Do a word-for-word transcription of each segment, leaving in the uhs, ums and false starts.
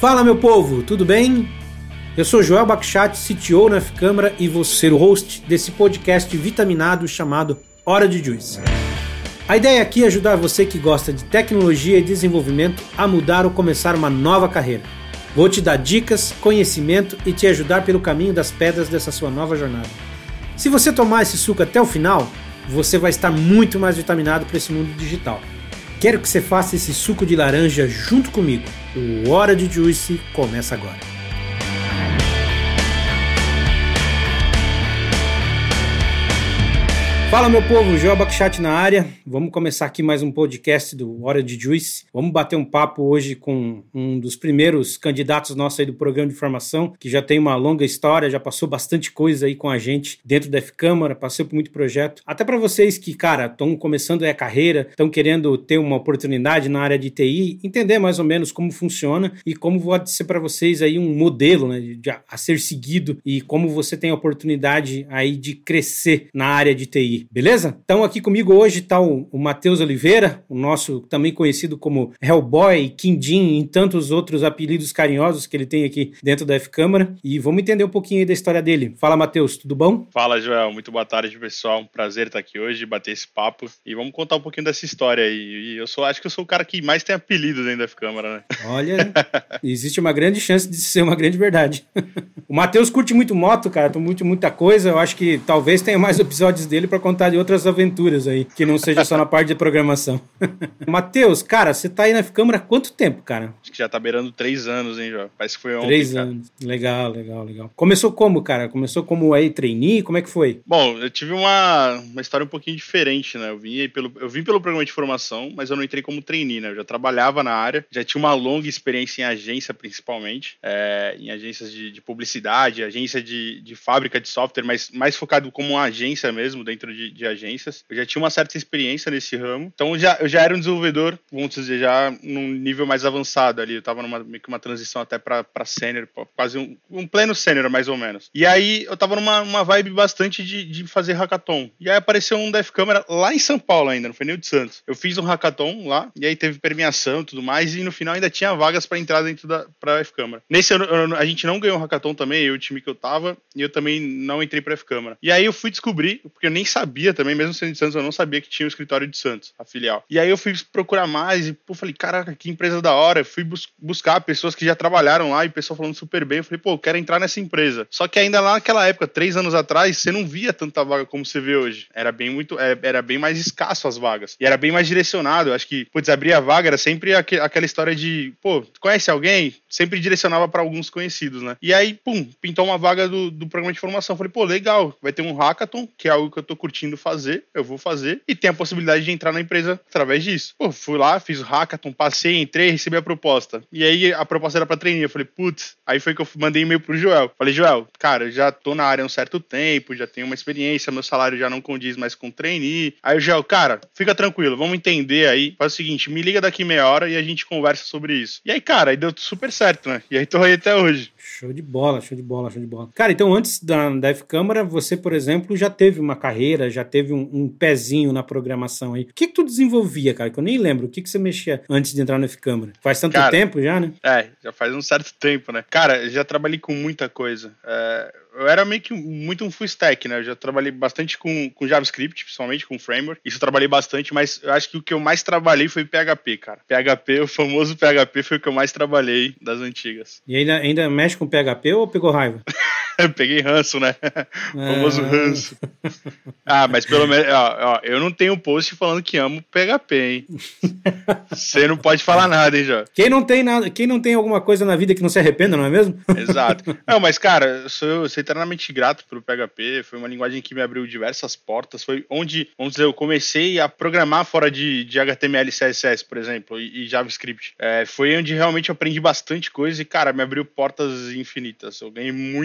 Fala, meu povo, tudo bem? Eu sou Joel Bacchatti, C T O na F-Câmara, e vou ser o host desse podcast vitaminado chamado Hora de Juice. A ideia aqui é ajudar você que gosta de tecnologia e desenvolvimento a mudar ou começar uma nova carreira. Vou te dar dicas, conhecimento e te ajudar pelo caminho das pedras dessa sua nova jornada. Se você tomar esse suco até o final, você vai estar muito mais vitaminado para esse mundo digital. Quero que você faça esse suco de laranja junto comigo. O Hora de Juice começa agora. Fala, meu povo, Joel Bacchatti na área. Vamos começar aqui mais um podcast do Hora de Juice. Vamos bater um papo hoje com um dos primeiros candidatos nossos aí do programa de formação, que já tem uma longa história, já passou bastante coisa aí com a gente dentro da F-Câmara, passou por muito projeto. Até para vocês que, cara, estão começando a carreira, estão querendo ter uma oportunidade na área de T I, entender mais ou menos como funciona e como pode ser para vocês aí um modelo, né, de, a, a ser seguido, e como você tem a oportunidade aí de crescer na área de T I. Beleza? Então aqui comigo hoje está o, o Matheus Oliveira, o nosso também conhecido como Hellboy, Quindim e tantos outros apelidos carinhosos que ele tem aqui dentro da F-Câmara, e vamos entender um pouquinho aí da história dele. Fala, Matheus, tudo bom? Fala, Joel, muito boa tarde, pessoal, um prazer estar aqui hoje, bater esse papo e vamos contar um pouquinho dessa história aí. E eu sou, acho que eu sou o cara que mais tem apelidos dentro da F-Câmara, né? Olha, existe uma grande chance de ser uma grande verdade. O Matheus curte muito moto, cara, curte muita coisa, eu acho que talvez tenha mais episódios dele para contar de outras aventuras aí, que não seja só na parte de programação. Matheus, cara, você tá aí na F-Câmara há quanto tempo, cara? Acho que já tá beirando três anos, hein, João? Parece que foi ontem, Três cara. anos. Legal, legal, legal. Começou como, cara? Começou como aí trainee? Como é que foi? Bom, eu tive uma, uma história um pouquinho diferente, né? Eu vim, pelo, eu vim pelo programa de formação, mas eu não entrei como trainee, né? Eu já trabalhava na área, já tinha uma longa experiência em agência, principalmente, é, em agências de, de publicidade, agência de, de fábrica de software, mas mais focado como uma agência mesmo, dentro de, de agências. Eu já tinha uma certa experiência nesse ramo, então eu já, eu já era um desenvolvedor, vamos dizer, já num nível mais avançado ali. Eu tava numa meio que uma transição até pra, pra sênior, quase um, um pleno sênior, mais ou menos. E aí eu tava numa uma vibe bastante de, de fazer hackathon. E aí apareceu um da F-Câmara lá em São Paulo ainda, não foi nem o de Santos. Eu fiz um hackathon lá, e aí teve premiação e tudo mais, e no final ainda tinha vagas pra entrar dentro da pra F-Câmara. Nesse ano eu, a gente não ganhou o hackathon também, eu, o time que eu tava, e eu também não entrei pra F-Câmara. E aí eu fui descobrir, porque eu nem sabia também, mesmo sendo de Santos, eu não sabia que tinha o escritório de Santos, a filial. E aí eu fui procurar mais e pô, falei, caraca, que empresa da hora. Eu fui bus- buscar pessoas que já trabalharam lá e o pessoal falando super bem. Eu falei, pô, eu quero entrar nessa empresa. Só que ainda lá naquela época, três anos atrás, você não via tanta vaga como você vê hoje. Era bem muito, era bem mais escasso as vagas. E era bem mais direcionado. Eu acho que, putz, abrir a vaga era sempre aqu- aquela história de, pô, conhece alguém? Sempre direcionava para alguns conhecidos, né? E aí, pum, pintou uma vaga do, do programa de formação. Eu falei, pô, legal, vai ter um hackathon, que é algo que eu tô curtindo fazer, eu vou fazer, e tem a possibilidade de entrar na empresa através disso. Pô, fui lá, fiz o hackathon, passei, entrei, recebi a proposta. E aí a proposta era pra trainee. Eu falei, putz, aí foi que eu mandei e-mail pro Joel. Falei, Joel, cara, eu já tô na área há um certo tempo, já tenho uma experiência, meu salário já não condiz mais com trainee. Aí o Joel, cara, fica tranquilo, vamos entender aí. Faz o seguinte, me liga daqui meia hora e a gente conversa sobre isso. E aí, cara, aí deu super certo, né? E aí tô aí até hoje. Show de bola, show de bola, show de bola. Cara, então antes da, da F-Câmara, você, por exemplo, já teve uma carreira, já teve um, um pezinho na programação aí. O que que tu desenvolvia, cara? Que eu nem lembro. O que que você mexia antes de entrar na F-Câmara? Faz tanto Cara, tempo já, né? É, já faz um certo tempo, né? Cara, já trabalhei com muita coisa. É, eu era meio que muito um full stack, né? Eu já trabalhei bastante com, com JavaScript, principalmente com framework. Isso eu trabalhei bastante, mas eu acho que o que eu mais trabalhei foi P H P, cara. P H P, o famoso P H P, foi o que eu mais trabalhei das antigas. E ainda, ainda mexe com P H P ou pegou raiva? Peguei ranço, né? O famoso ranço. Ah, mas pelo menos, ó, ó, eu não tenho post falando que amo P H P, hein? Você não pode falar nada, hein, Jó? Quem não tem nada, quem não tem alguma coisa na vida que não se arrependa, não é mesmo? Exato. Não, mas, cara, eu sou, eu sou eternamente grato pelo P H P. Foi uma linguagem que me abriu diversas portas. Foi onde, vamos dizer, eu comecei a programar fora de, de H T M L e C S S, por exemplo, e, e JavaScript. É, foi onde realmente eu aprendi bastante coisa e, cara, me abriu portas infinitas. Eu ganhei muito dinheiro com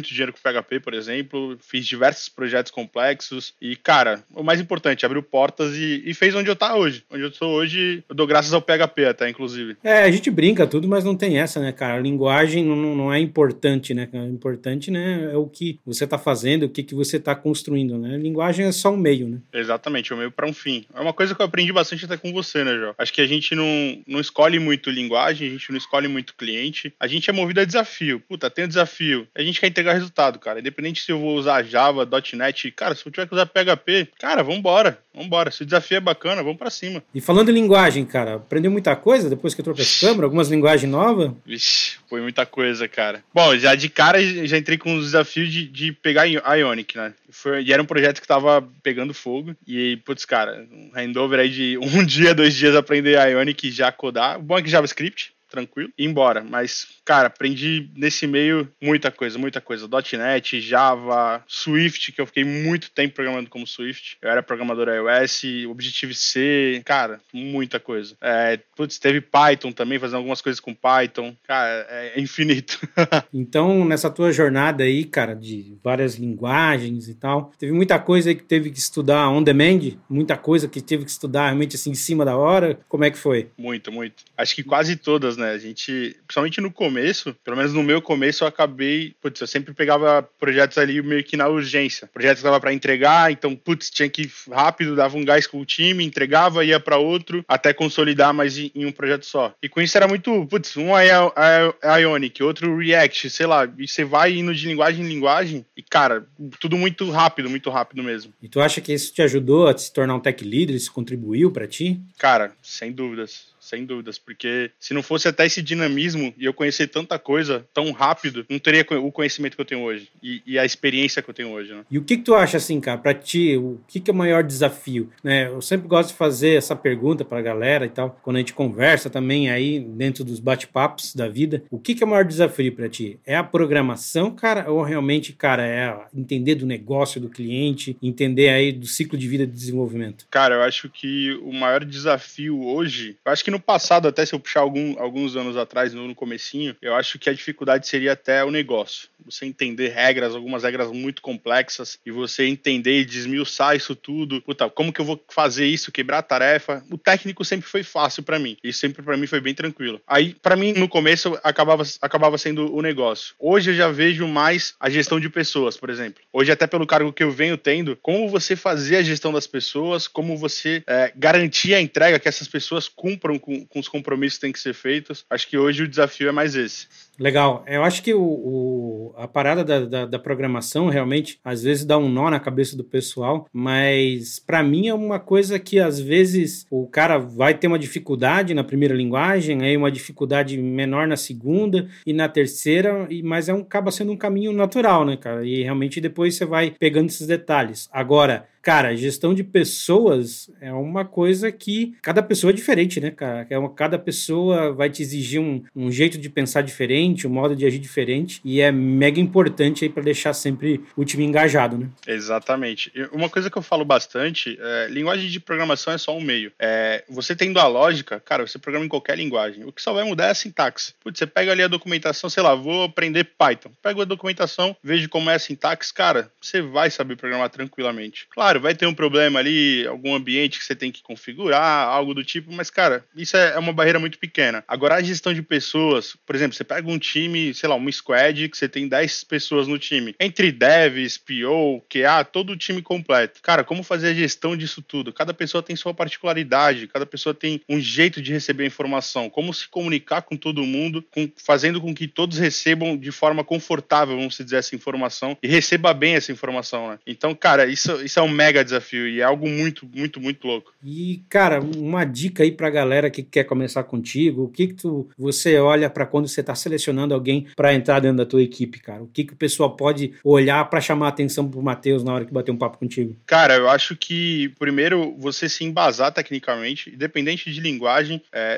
P H P, por exemplo, fiz diversos projetos complexos e, cara, o mais importante, abriu portas e, e fez onde eu tô hoje. Onde eu tô hoje, eu dou graças ao P H P até, inclusive. É, a gente brinca tudo, mas não tem essa, né, cara? A linguagem não, não é importante, né? O importante, né, é o que você tá fazendo, o que, que você tá construindo, né? A linguagem é só um meio, né? Exatamente, é um meio para um fim. É uma coisa que eu aprendi bastante até com você, né, Jó? Acho que a gente não, não escolhe muito linguagem, a gente não escolhe muito cliente, a gente é movido a desafio. Puta, tem um desafio, a gente quer entregar resultado, cara. Independente se eu vou usar Java, .NET, cara, se eu tiver que usar P H P, cara, vambora, vambora. Se o desafio é bacana, vamos pra cima. E falando em linguagem, cara, aprendeu muita coisa depois que eu troquei esse câmera? Algumas linguagens novas? Vixe, foi muita coisa, cara. Bom, já de cara, já entrei com os desafios de, de pegar Ionic, né? Foi, e era um projeto que tava pegando fogo. E, putz, cara, um handover aí de um dia, dois dias aprender Ionic e já codar. O bom é que JavaScript, tranquilo, e embora. Mas, cara, aprendi nesse meio muita coisa, muita coisa. .NET, Java, Swift, que eu fiquei muito tempo programando como Swift. Eu era programador iOS, Objective-C, cara, muita coisa. É, putz, teve Python também, fazendo algumas coisas com Python. Cara, é infinito. Então, nessa tua jornada aí, cara, de várias linguagens e tal, teve muita coisa aí que teve que estudar on demand, muita coisa que teve que estudar realmente assim em cima da hora. Como é que foi? Muito, muito. Acho que quase todas, né? A gente, principalmente no começo, pelo menos no meu começo, eu acabei, putz, eu sempre pegava projetos ali meio que na urgência. Projetos que dava pra entregar, então, putz, tinha que ir rápido, dava um gás com o time, entregava, ia pra outro, até consolidar mais em, em um projeto só. E com isso era muito, putz, um é Ionic, outro React, sei lá, e você vai indo de linguagem em linguagem e, cara, tudo muito rápido, muito rápido mesmo. E tu acha que isso te ajudou a se tornar um tech leader? Isso contribuiu pra ti? Cara, sem dúvidas. Sem dúvidas, porque se não fosse até esse dinamismo e eu conhecer tanta coisa tão rápido, não teria o conhecimento que eu tenho hoje e, e a experiência que eu tenho hoje, né? E o que que tu acha, assim, cara, pra ti, o que que é o maior desafio, né? Eu sempre gosto de fazer essa pergunta pra galera e tal, quando a gente conversa também aí dentro dos bate-papos da vida, o que que é o maior desafio pra ti? É a programação, cara, ou realmente, cara, é entender do negócio do cliente, entender aí do ciclo de vida de desenvolvimento? Cara, eu acho que o maior desafio hoje, eu acho que no passado, até se eu puxar algum, alguns anos atrás, no, no comecinho, eu acho que a dificuldade seria até o negócio. Você entender regras, algumas regras muito complexas, e você entender e desmiuçar isso tudo. Puta, como que eu vou fazer isso, quebrar a tarefa? O técnico sempre foi fácil pra mim. Isso sempre pra mim foi bem tranquilo. Aí, pra mim, no começo, acabava, acabava sendo o negócio. Hoje eu já vejo mais a gestão de pessoas, por exemplo. Hoje, até pelo cargo que eu venho tendo, como você fazer a gestão das pessoas, como você é, garantir a entrega que essas pessoas cumpram com, com os compromissos que têm que ser feitos. Acho que hoje o desafio é mais esse. Legal. Eu acho que o, o, a parada da, da, da programação realmente às vezes dá um nó na cabeça do pessoal, mas para mim é uma coisa que às vezes o cara vai ter uma dificuldade na primeira linguagem, aí uma dificuldade menor na segunda e na terceira, mas é um, acaba sendo um caminho natural, né, cara? E realmente depois você vai pegando esses detalhes. Agora, cara, gestão de pessoas é uma coisa que cada pessoa é diferente, né, cara? É uma, cada pessoa vai te exigir um, um jeito de pensar diferente, um modo de agir diferente, e é mega importante aí para deixar sempre o time engajado, né? Exatamente. E uma coisa que eu falo bastante, é, linguagem de programação é só um meio. É, você tendo a lógica, cara, você programa em qualquer linguagem. O que só vai mudar é a sintaxe. Putz, você pega ali a documentação, sei lá, vou aprender Python. Pega a documentação, vejo como é a sintaxe, cara, você vai saber programar tranquilamente. Claro, vai ter um problema ali, algum ambiente que você tem que configurar, algo do tipo, mas, cara, isso é uma barreira muito pequena. Agora, a gestão de pessoas, por exemplo, você pega um time, sei lá, uma squad, que você tem dez pessoas no time, entre devs, P O, Q A, todo o time completo. Cara, como fazer a gestão disso tudo? Cada pessoa tem sua particularidade, cada pessoa tem um jeito de receber a informação, como se comunicar com todo mundo, com, fazendo com que todos recebam de forma confortável, vamos dizer, essa informação, e receba bem essa informação, né? Então, cara, isso, isso é um mega desafio e é algo muito, muito, muito louco. E, cara, uma dica aí pra galera que quer começar contigo, o que que tu, você olha pra quando você tá selecionando alguém pra entrar dentro da tua equipe, cara? O que que o pessoal pode olhar pra chamar a atenção pro Matheus na hora que bater um papo contigo? Cara, eu acho que, primeiro, você se embasar tecnicamente, independente de linguagem, é,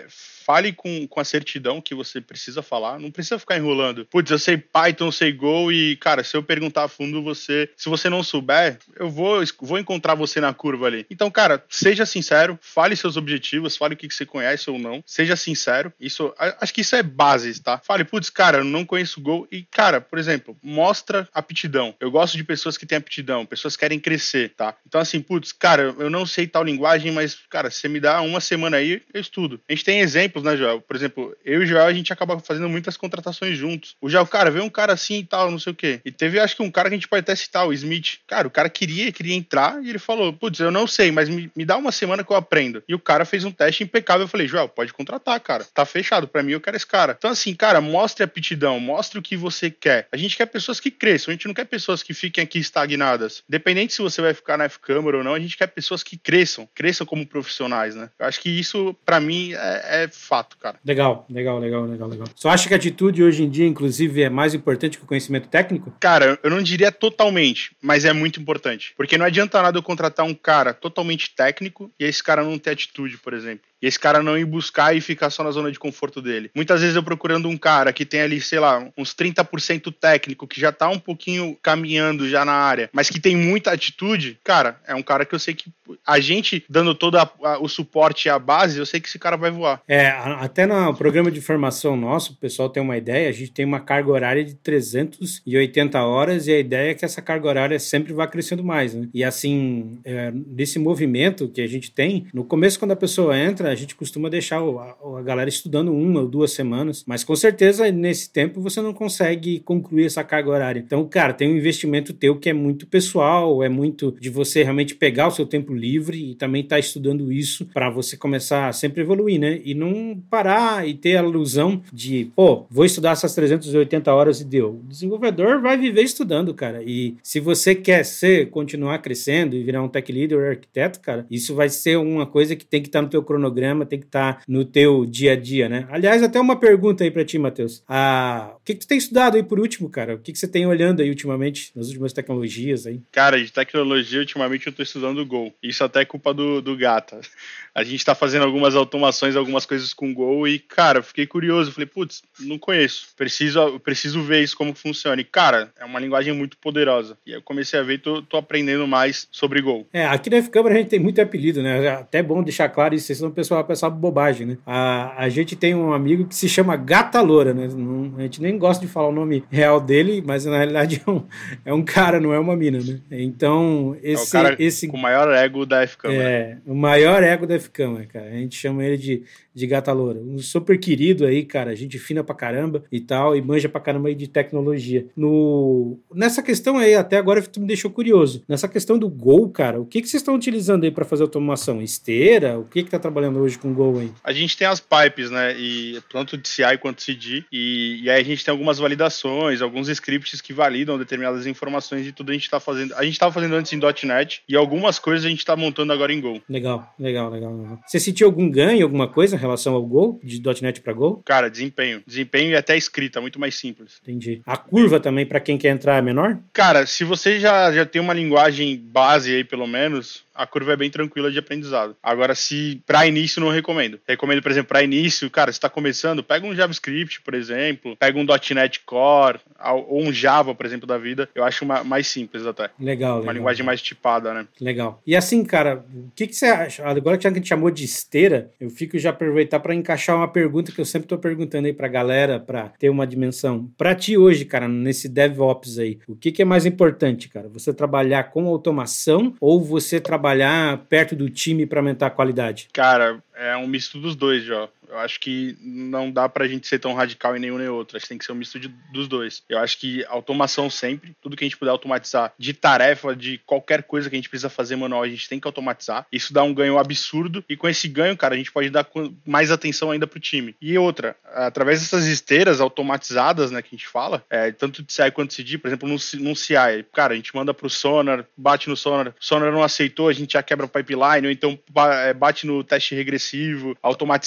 fale com, com a certidão que você precisa falar, não precisa ficar enrolando. Putz, eu sei Python, sei Go e, cara, se eu perguntar a fundo, você, se você não souber, eu vou, vou encontrar você na curva ali. Então, cara, seja sincero, fale seus objetivos, fale o que você conhece ou não, seja sincero, isso, acho que isso é base, tá? Fale, putz, cara, eu não conheço Go e, cara, por exemplo, mostra aptidão. Eu gosto de pessoas que têm aptidão, pessoas que querem crescer, tá? Então, assim, putz, cara, eu não sei tal linguagem, mas, cara, se você me dá uma semana aí, eu estudo. A gente tem exemplos, né, Joel? Por exemplo, eu e o Joel, a gente acaba fazendo muitas contratações juntos. O Joel, cara, vê um cara assim e tal, não sei o quê. E teve, acho que um cara que a gente pode até citar, o Smith. Cara, o cara queria, queria entrar e ele falou, putz, eu não sei, mas me, me dá uma semana que eu aprendo. E o cara fez um teste impecável. Eu falei, Joel, pode contratar, cara. Tá fechado. Pra mim, eu quero esse cara. Então, assim, cara, mostre aptidão, mostre o que você quer. A gente quer pessoas que cresçam, a gente não quer pessoas que fiquem aqui estagnadas. Independente se você vai ficar na F-Câmara ou não, a gente quer pessoas que cresçam, cresçam como profissionais, né? Eu acho que isso, pra mim, é, é fato, cara. Legal, legal, legal, legal, legal. Só acha que a atitude hoje em dia, inclusive, é mais importante que o conhecimento técnico? Cara, eu não diria totalmente, mas é muito importante. Porque não adianta nada eu contratar um cara totalmente técnico e esse cara não ter atitude, por exemplo. E esse cara não ir buscar e ficar só na zona de conforto dele. Muitas vezes eu procurando um cara que tem ali, sei lá, uns trinta por cento técnico, que já tá um pouquinho caminhando já na área, mas que tem muita atitude, cara, é um cara que eu sei que a gente, dando todo a, a, o suporte e a base, eu sei que esse cara vai voar. É, até no programa de formação nosso, o pessoal tem uma ideia, a gente tem uma carga horária de trezentas e oitenta horas e a ideia é que essa carga horária sempre vá crescendo mais, né? E assim, é, nesse movimento que a gente tem, no começo quando a pessoa entra, a gente costuma deixar a, a galera estudando uma ou duas semanas, mas com certeza nesse tempo você não consegue concluir essa carga horária. Então, cara, tem um investimento teu que é muito pessoal, é muito de você realmente pegar o seu tempo livre e também estar tá estudando isso para você começar a sempre evoluir, né? E não parar e ter a ilusão de, pô, vou estudar essas trezentas e oitenta horas e deu. O desenvolvedor vai viver estudando, cara. E se você quer ser, continuar crescendo e virar um tech leader ou arquiteto, cara, isso vai ser uma coisa que tem que estar tá no teu cronograma, tem que estar tá no teu dia a dia, né? Aliás, até uma pergunta aí pra ti, Matheus. Ah, o que que tu tem estudado aí por último, cara? O que que você tem olhando aí ultimamente, nas últimas tecnologias aí? Cara, de tecnologia, ultimamente eu tô estudando o Go. Isso até é culpa do, do Gata. A gente tá fazendo algumas automações, algumas coisas com Go e, cara, fiquei curioso. Falei, putz, não conheço. Preciso, preciso ver isso como funciona. E, cara, é uma linguagem muito poderosa. E aí eu comecei a ver e tô, tô aprendendo mais sobre Go. É, aqui na F-Câmara a gente tem muito apelido, né? É até bom deixar claro isso, senão o pessoal vai pensar bobagem, né? A, a gente tem um amigo que se chama Gata Loura, né? Não, a gente nem gosta de falar o nome real dele, mas na realidade é um, é um cara, não é uma mina, né? Então, esse... É o cara esse, com o maior ego da F-Câmara. É, o maior ego da F-Câmara, cara. A gente chama ele de, de Gata Loura. Um super querido aí, cara. Gente fina pra caramba e tal, e manja pra caramba aí de tecnologia. No, nessa questão aí, até agora tu me deixou curioso. Nessa questão do Go, cara, o que, que vocês estão utilizando aí pra fazer automação? Esteira? O que que tá trabalhando hoje com Go aí? A gente tem as pipes, né? E tanto de C I quanto C D. E, e aí a gente tem algumas validações, alguns scripts que validam determinadas informações e tudo a gente tá fazendo. A gente tava fazendo antes em .NET e algumas coisas a gente tá montando agora em Go. Legal, legal, legal, legal. Você sentiu algum ganho, alguma coisa em relação ao Go, de .NET para Go? Cara, desempenho. Desempenho e até escrita, muito mais simples. Entendi. A curva também, para quem quer entrar, é menor? Cara, se você já, já tem uma linguagem base aí, pelo menos, a curva é bem tranquila de aprendizado. Agora, se para início, não recomendo. Recomendo, por exemplo, para início, cara, você tá começando, pega um JavaScript, por exemplo, pega um .NET Core, ou um Java, por exemplo, da vida. Eu acho uma, mais simples até. Legal, Uma legal. linguagem mais tipada, né? Legal. E assim, cara, o que, que você acha? Agora que a gente chamou de esteira, eu fico já aproveitar para encaixar uma pergunta que eu sempre tô perguntando aí pra galera, para ter uma dimensão. Pra ti hoje, cara, nesse DevOps aí, o que, que é mais importante, cara? Você trabalhar com automação ou você trabalhar perto do time para aumentar a qualidade? Cara, é um misto dos dois, já. Eu acho que não dá pra gente ser tão radical em nenhum nem outro. Acho que tem que ser um misto de, dos dois. Eu acho que automação sempre, tudo que a gente puder automatizar de tarefa, de qualquer coisa que a gente precisa fazer manual, a gente tem que automatizar. Isso dá um ganho absurdo e com esse ganho, cara, a gente pode dar mais atenção ainda pro time. E outra, através dessas esteiras automatizadas, né, que a gente fala, é, tanto de C I quanto de C D, por exemplo, no, no C I, cara, a gente manda pro Sonar, bate no Sonar, Sonar não aceitou, a gente já quebra o pipeline, ou então bate no teste regressivo, automatizado também,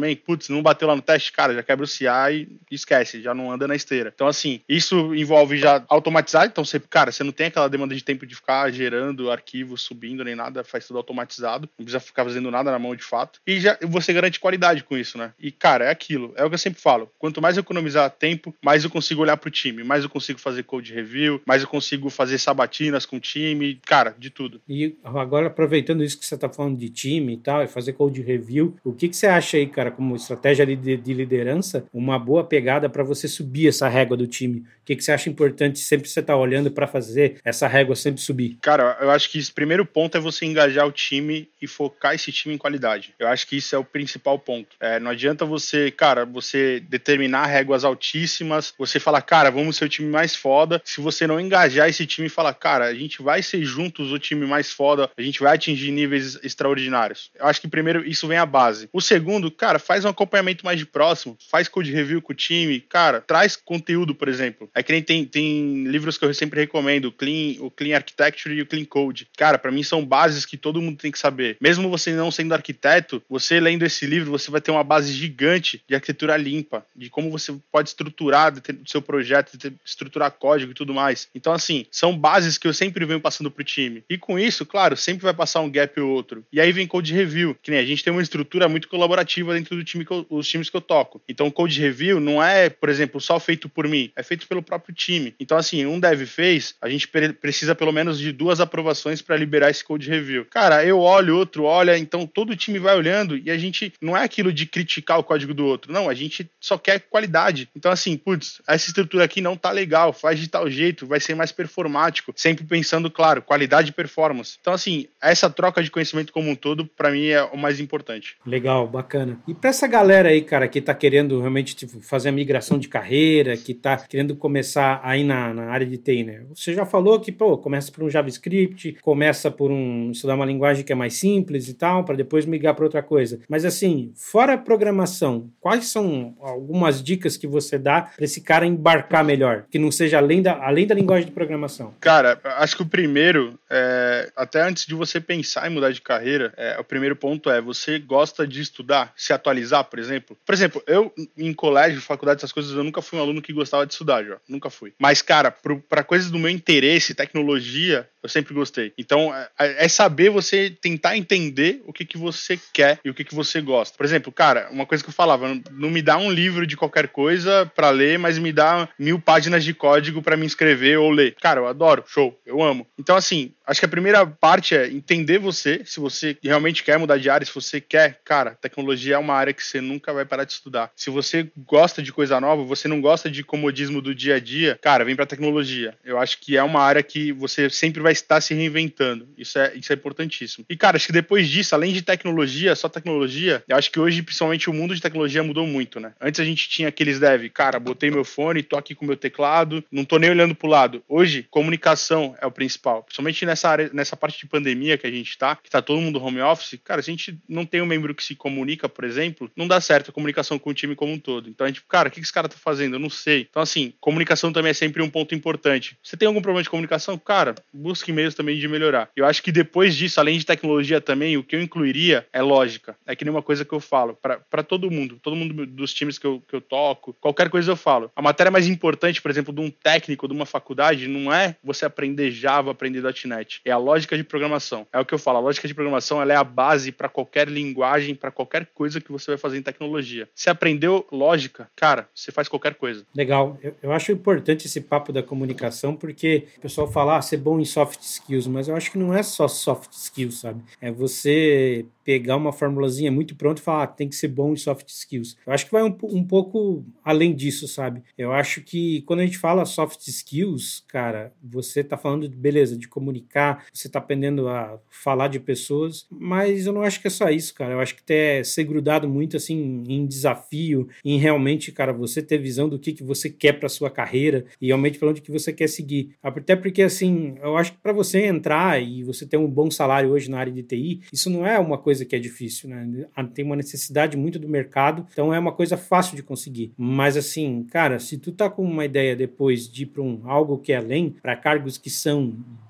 também, putz, não bateu lá no teste, cara, já quebra o C I e esquece, já não anda na esteira. Então, assim, isso envolve já automatizar, então você, cara, você não tem aquela demanda de tempo de ficar gerando arquivos, subindo, nem nada, faz tudo automatizado, não precisa ficar fazendo nada na mão de fato, e já você garante qualidade com isso, né? E, cara, é aquilo, é o que eu sempre falo, quanto mais eu economizar tempo, mais eu consigo olhar pro time, mais eu consigo fazer code review, mais eu consigo fazer sabatinas com o time, cara, de tudo. E agora, aproveitando isso que você tá falando de time e tal, e fazer code review, o que que você acha aí, cara, como estratégia de, de liderança, uma boa pegada para você subir essa régua do time? O que que você acha importante sempre você tá olhando para fazer essa régua sempre subir? Cara, eu acho que esse primeiro ponto é você engajar o time e focar esse time em qualidade. Eu acho que isso é o principal ponto. É, não adianta você, cara, você determinar réguas altíssimas, você falar, cara, vamos ser o time mais foda, se você não engajar esse time e falar, cara, a gente vai ser juntos o time mais foda, a gente vai atingir níveis extraordinários. Eu acho que primeiro isso vem a base. O segundo, cara, faz um acompanhamento mais de próximo, faz code review com o time, cara, traz conteúdo, por exemplo. É que nem tem, tem livros que eu sempre recomendo, o Clean, o Clean Architecture e o Clean Code. Cara, pra mim são bases que todo mundo tem que saber. Mesmo você não sendo arquiteto, você lendo esse livro, você vai ter uma base gigante de arquitetura limpa, de como você pode estruturar o seu projeto, estruturar código e tudo mais. Então, assim, são bases que eu sempre venho passando pro time. E com isso, claro, sempre vai passar um gap ou outro. E aí vem code review, que nem a gente tem uma estrutura muito colaborativa dentro do time que eu, os times que eu toco. Então, o code review não é, por exemplo, só feito por mim, é feito pelo próprio time. Então, assim, um dev fez, a gente pre- precisa pelo menos de duas aprovações para liberar esse code review. Cara, eu olho, outro olha, então todo o time vai olhando e a gente não é aquilo de criticar o código do outro, não, a gente só quer qualidade. Então, assim, putz, essa estrutura aqui não tá legal, faz de tal jeito, vai ser mais performático, sempre pensando, claro, qualidade e performance. Então, assim, essa troca de conhecimento como um todo, para mim, é o mais importante. Legal, bacana. E para essa galera aí, cara, que tá querendo realmente tipo, fazer a migração de carreira, que tá querendo começar aí na, na área de T I, né? Você já falou que, pô, começa por um JavaScript, começa por um estudar uma linguagem que é mais simples e tal, para depois migrar para outra coisa. Mas assim, fora a programação, quais são algumas dicas que você dá para esse cara embarcar melhor, que não seja além da, além da linguagem de programação? Cara, acho que o primeiro, é, até antes de você pensar em mudar de carreira, é, o primeiro ponto é, você gosta de estudar, se atualizar, por exemplo? Por exemplo, eu em colégio, faculdade, essas coisas, eu nunca fui um aluno que gostava de estudar, já. Nunca fui. Mas, cara, para coisas do meu interesse, tecnologia, eu sempre gostei. Então, é, é saber você tentar entender o que, que você quer e o que, que você gosta. Por exemplo, cara, uma coisa que eu falava, não me dá um livro de qualquer coisa para ler, mas me dá mil páginas de código para me inscrever ou ler. Cara, eu adoro, show, eu amo. Então, assim, acho que a primeira parte é entender você, se você realmente quer mudar de área, se você quer, cara, tecnologia é uma área que você nunca vai parar de estudar. Se você gosta de coisa nova, você não gosta de comodismo do dia a dia, cara, vem pra tecnologia. Eu acho que é uma área que você sempre vai estar se reinventando. Isso é, isso é importantíssimo. E, cara, acho que depois disso, além de tecnologia, só tecnologia, eu acho que hoje, principalmente, o mundo de tecnologia mudou muito, né? Antes a gente tinha aqueles dev, cara, botei meu fone, tô aqui com meu teclado, não tô nem olhando pro lado. Hoje, comunicação é o principal. Principalmente nessa área, nessa parte de pandemia que a gente tá, que tá todo mundo home office, cara, se a gente não tem um membro que se comunica, por exemplo, não dá certo a comunicação com o time como um todo. Então a gente, cara, o que esse cara tá fazendo? Eu não sei. Então, assim, comunicação também é sempre um ponto importante. Você tem algum problema de comunicação? Cara, busque meios também de melhorar. Eu acho que depois disso, além de tecnologia também, o que eu incluiria é lógica. É que nem uma coisa que eu falo, pra todo mundo, todo mundo dos times que eu, que eu toco, qualquer coisa eu falo. A matéria mais importante, por exemplo, de um técnico, de uma faculdade, não é você aprender Java, aprender .NET. É a lógica de programação. É o que eu falo, a lógica de programação ela é a base para qualquer linguagem, para qualquer coisa que você vai fazer em tecnologia. Se aprendeu lógica, cara, você faz qualquer coisa. Legal. Eu, eu acho importante esse papo da comunicação, porque o pessoal fala, ah, ser bom em soft skills, mas eu acho que não é só soft skills, sabe? É você pegar uma formulazinha muito pronta e falar, ah, tem que ser bom em soft skills. Eu acho que vai um, um pouco além disso, sabe? Eu acho que quando a gente fala soft skills, cara, você tá falando, de, beleza, de comunicar, você tá aprendendo a falar de pessoas, mas eu não acho que é só isso, cara. Eu acho que até ser grudado muito, assim, em desafio, em realmente, cara, você ter visão do que, que você quer pra sua carreira e realmente pra onde que você quer seguir. Até porque, assim, eu acho que pra você entrar e você ter um bom salário hoje na área de T I, isso não é uma coisa que é difícil, né? Tem uma necessidade muito do mercado, então é uma coisa fácil de conseguir. Mas, assim, cara, se tu tá com uma ideia depois de ir pra um, algo que é além, pra cargos que são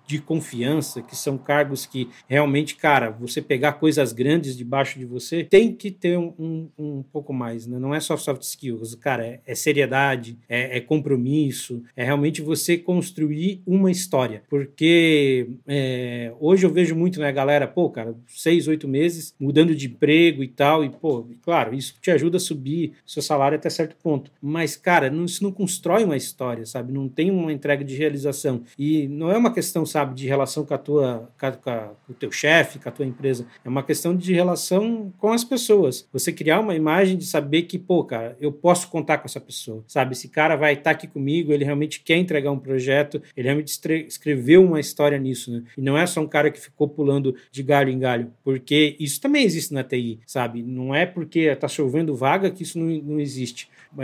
de confiança, que são cargos que realmente, cara, você pegar coisas grandes debaixo de você, tem que ter um, um, um pouco mais, né? Não é só soft skills, cara, é, é seriedade, é, é compromisso, é realmente você construir uma história, porque é, hoje eu vejo muito, né, galera, pô, cara, seis, oito meses mudando de emprego e tal, e pô, claro, isso te ajuda a subir seu salário até certo ponto, mas, cara, não, isso não constrói uma história, sabe, não tem uma entrega de realização, e não é uma questão, sabe, de relação com a tua, com, a, com o teu chefe, com a tua empresa, é uma questão de relação com as pessoas, você criar uma imagem de saber que, pô, cara, eu posso contar com essa pessoa, sabe, esse cara vai estar aqui comigo, ele realmente quer entregar um projeto, ele realmente escreveu uma história nisso, né, e não é só um cara que ficou pulando de galho em galho, porque isso também existe na T I, sabe, não é porque tá chovendo vaga que isso não, não existe.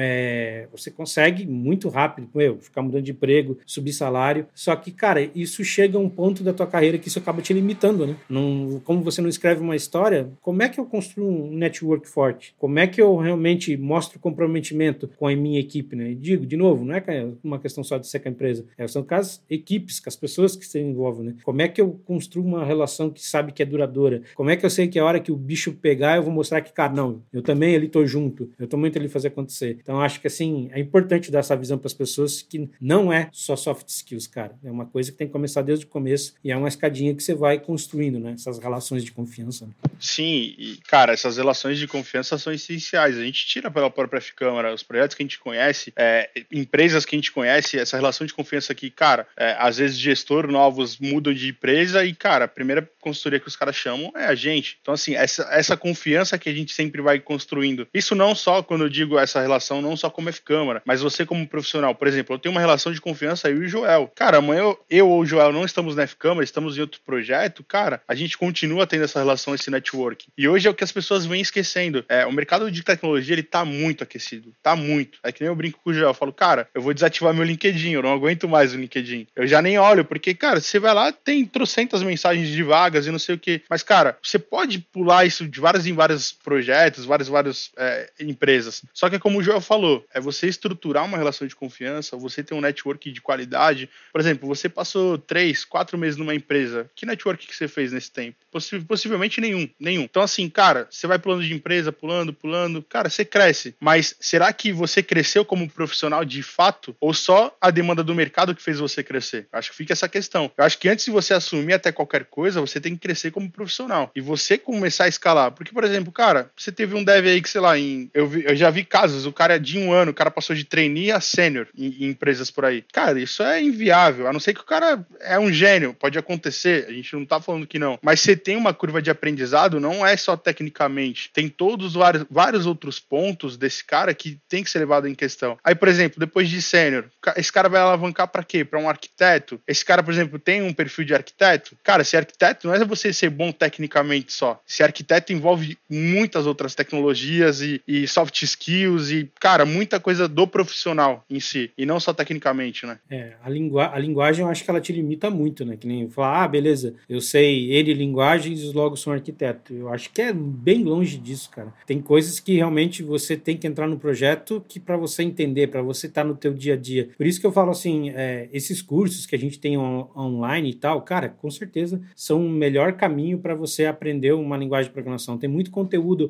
É, você consegue muito rápido, meu, ficar mudando de emprego, subir salário, só que, cara, isso chega a um ponto da tua carreira que isso acaba te limitando, né? Não, como você não escreve uma história, como é que eu construo um network forte? Como é que eu realmente mostro comprometimento com a minha equipe, né? E digo, de novo, não é uma questão só de ser com a empresa, é, são com as equipes, com as pessoas que se envolvem, né? Como é que eu construo uma relação que sabe que é duradoura? Como é que eu sei que a hora que o bicho pegar, eu vou mostrar que, cara, não, eu também ali tô junto, eu tô muito ali fazer acontecer. Então, acho que, assim, é importante dar essa visão para as pessoas que não é só soft skills, cara. É uma coisa que tem que começar desde o começo e é uma escadinha que você vai construindo, né? Essas relações de confiança. Sim, e, cara, essas relações de confiança são essenciais. A gente tira pela própria F-Câmara, os projetos que a gente conhece, é, empresas que a gente conhece, essa relação de confiança que, cara, é, às vezes gestor novos mudam de empresa e, cara, a primeira consultoria que os caras chamam é a gente. Então, assim, essa, essa confiança que a gente sempre vai construindo. Isso não só, quando eu digo essa relação, não só como F-Câmara, mas você como profissional. Por exemplo, eu tenho uma relação de confiança, eu e o Joel. Cara, amanhã eu, eu ou o Joel não estamos na F-Câmara, estamos em outro projeto, cara, a gente continua tendo essa relação, esse network. E hoje é o que as pessoas vêm esquecendo. É, o mercado de tecnologia, ele tá muito aquecido. Tá muito. É que nem eu brinco com o Joel, eu falo, cara, eu vou desativar meu LinkedIn, eu não aguento mais o LinkedIn. Eu já nem olho, porque, cara, você vai lá, tem trocentas mensagens de vagas e não sei o quê. Mas, cara, você pode pular isso de vários em vários projetos, várias, várias é, empresas. Só que como o Joel falou, é você estruturar uma relação de confiança, você ter um network de qualidade. Por exemplo, você passou três, quatro meses numa empresa. Que network que você fez nesse tempo? Possi- possivelmente nenhum, nenhum. Então, assim, cara, você vai pulando de empresa, pulando, pulando, cara, você cresce. Mas será que você cresceu como profissional de fato? Ou só a demanda do mercado que fez você crescer? Eu acho que fica essa questão. Eu acho que antes de você assumir até qualquer coisa, você tem que crescer como profissional. E você começar a escalar. Porque, por exemplo, cara, você teve um dev aí que, sei lá, em, eu, vi, eu já vi casos, o cara de um ano, o cara passou de trainee a sênior em, em empresas por aí. Cara, isso é inviável, a não ser que o cara é um gênio, pode acontecer, a gente não tá falando que não. Mas você tem uma curva de aprendizado, não é só tecnicamente, tem todos vários, vários outros pontos desse cara que tem que ser levado em questão. Aí, por exemplo, depois de sênior, esse cara vai alavancar pra quê? Pra um arquiteto? Esse cara, por exemplo, tem um perfil de arquiteto? Cara, ser arquiteto não é você ser bom tecnicamente só. Ser arquiteto envolve muitas outras tecnologias e, e soft skills e, cara, muita coisa do profissional em si, e não só tecnicamente, né? É, a, lingu- a linguagem eu acho que ela te limita muito, né? Que nem falar, ah, beleza, eu sei ele linguagens, logo sou um arquiteto. Eu acho que é bem longe disso, cara. Tem coisas que realmente você tem que entrar no projeto que para você entender, para você estar tá no teu dia a dia. Por isso que eu falo assim, é, esses cursos que a gente tem on- online e tal, cara, com certeza são o melhor caminho para você aprender uma linguagem de programação. Tem muito conteúdo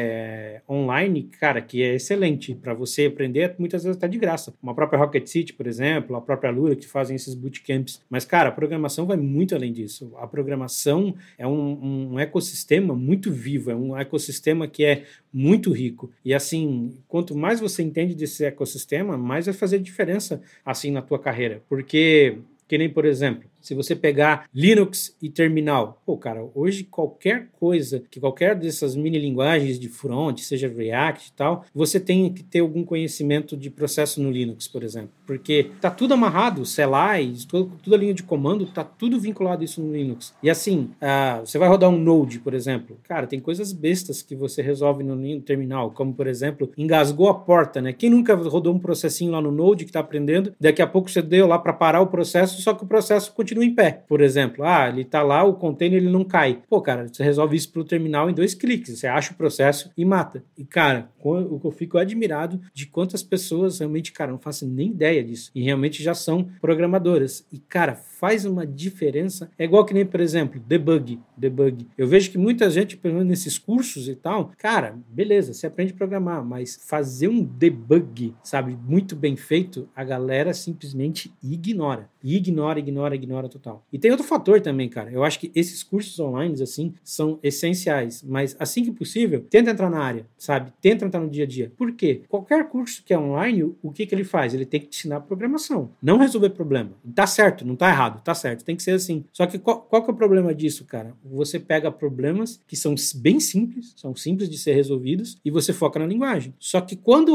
é, online, cara, que é excelente para você aprender, muitas vezes está de graça. Uma própria Rocket City, por exemplo, a própria Lura, que fazem esses bootcamps. Mas, cara, a programação vai muito além disso. A programação é um, um ecossistema muito vivo, é um ecossistema que é muito rico. E, assim, quanto mais você entende desse ecossistema, mais vai fazer diferença, assim, na tua carreira. Porque, que nem, por exemplo, se você pegar Linux e terminal, pô, cara, hoje qualquer coisa, que qualquer dessas mini linguagens de front, seja React e tal, você tem que ter algum conhecimento de processo no Linux, por exemplo, porque tá tudo amarrado, C L I, tudo, toda a linha de comando, tá tudo vinculado isso no Linux. E assim, uh, você vai rodar um Node, por exemplo, cara, tem coisas bestas que você resolve no, no terminal, como, por exemplo, engasgou a porta, né? Quem nunca rodou um processinho lá no Node que tá aprendendo, daqui a pouco você deu lá para parar o processo, só que o processo continua continua em pé. Por exemplo, ah, ele tá lá, o container ele não cai. Pô, cara, você resolve isso pro terminal em dois cliques. Você acha o processo e mata. E, cara, o que eu fico admirado de quantas pessoas realmente, cara, não faço nem ideia disso. E realmente já são programadoras. E, cara, faz uma diferença. É igual que nem, por exemplo, debug. Debug. Eu vejo que muita gente, pelo menos nesses cursos e tal, cara, beleza, você aprende a programar, mas fazer um debug, sabe, muito bem feito, a galera simplesmente ignora. Ignora, ignora, ignora total. E tem outro fator também, cara. Eu acho que esses cursos online, assim, são essenciais. Mas assim que possível, tenta entrar na área, sabe? Tenta entrar no dia a dia. Por quê? Qualquer curso que é online, o que que ele faz? Ele tem que te ensinar programação. Não resolver problema. Tá certo, não tá errado. Tá certo, tem que ser assim. Só que qual, qual que é o problema disso, cara? Você pega problemas que são bem simples, são simples de ser resolvidos, e você foca na linguagem. Só que quando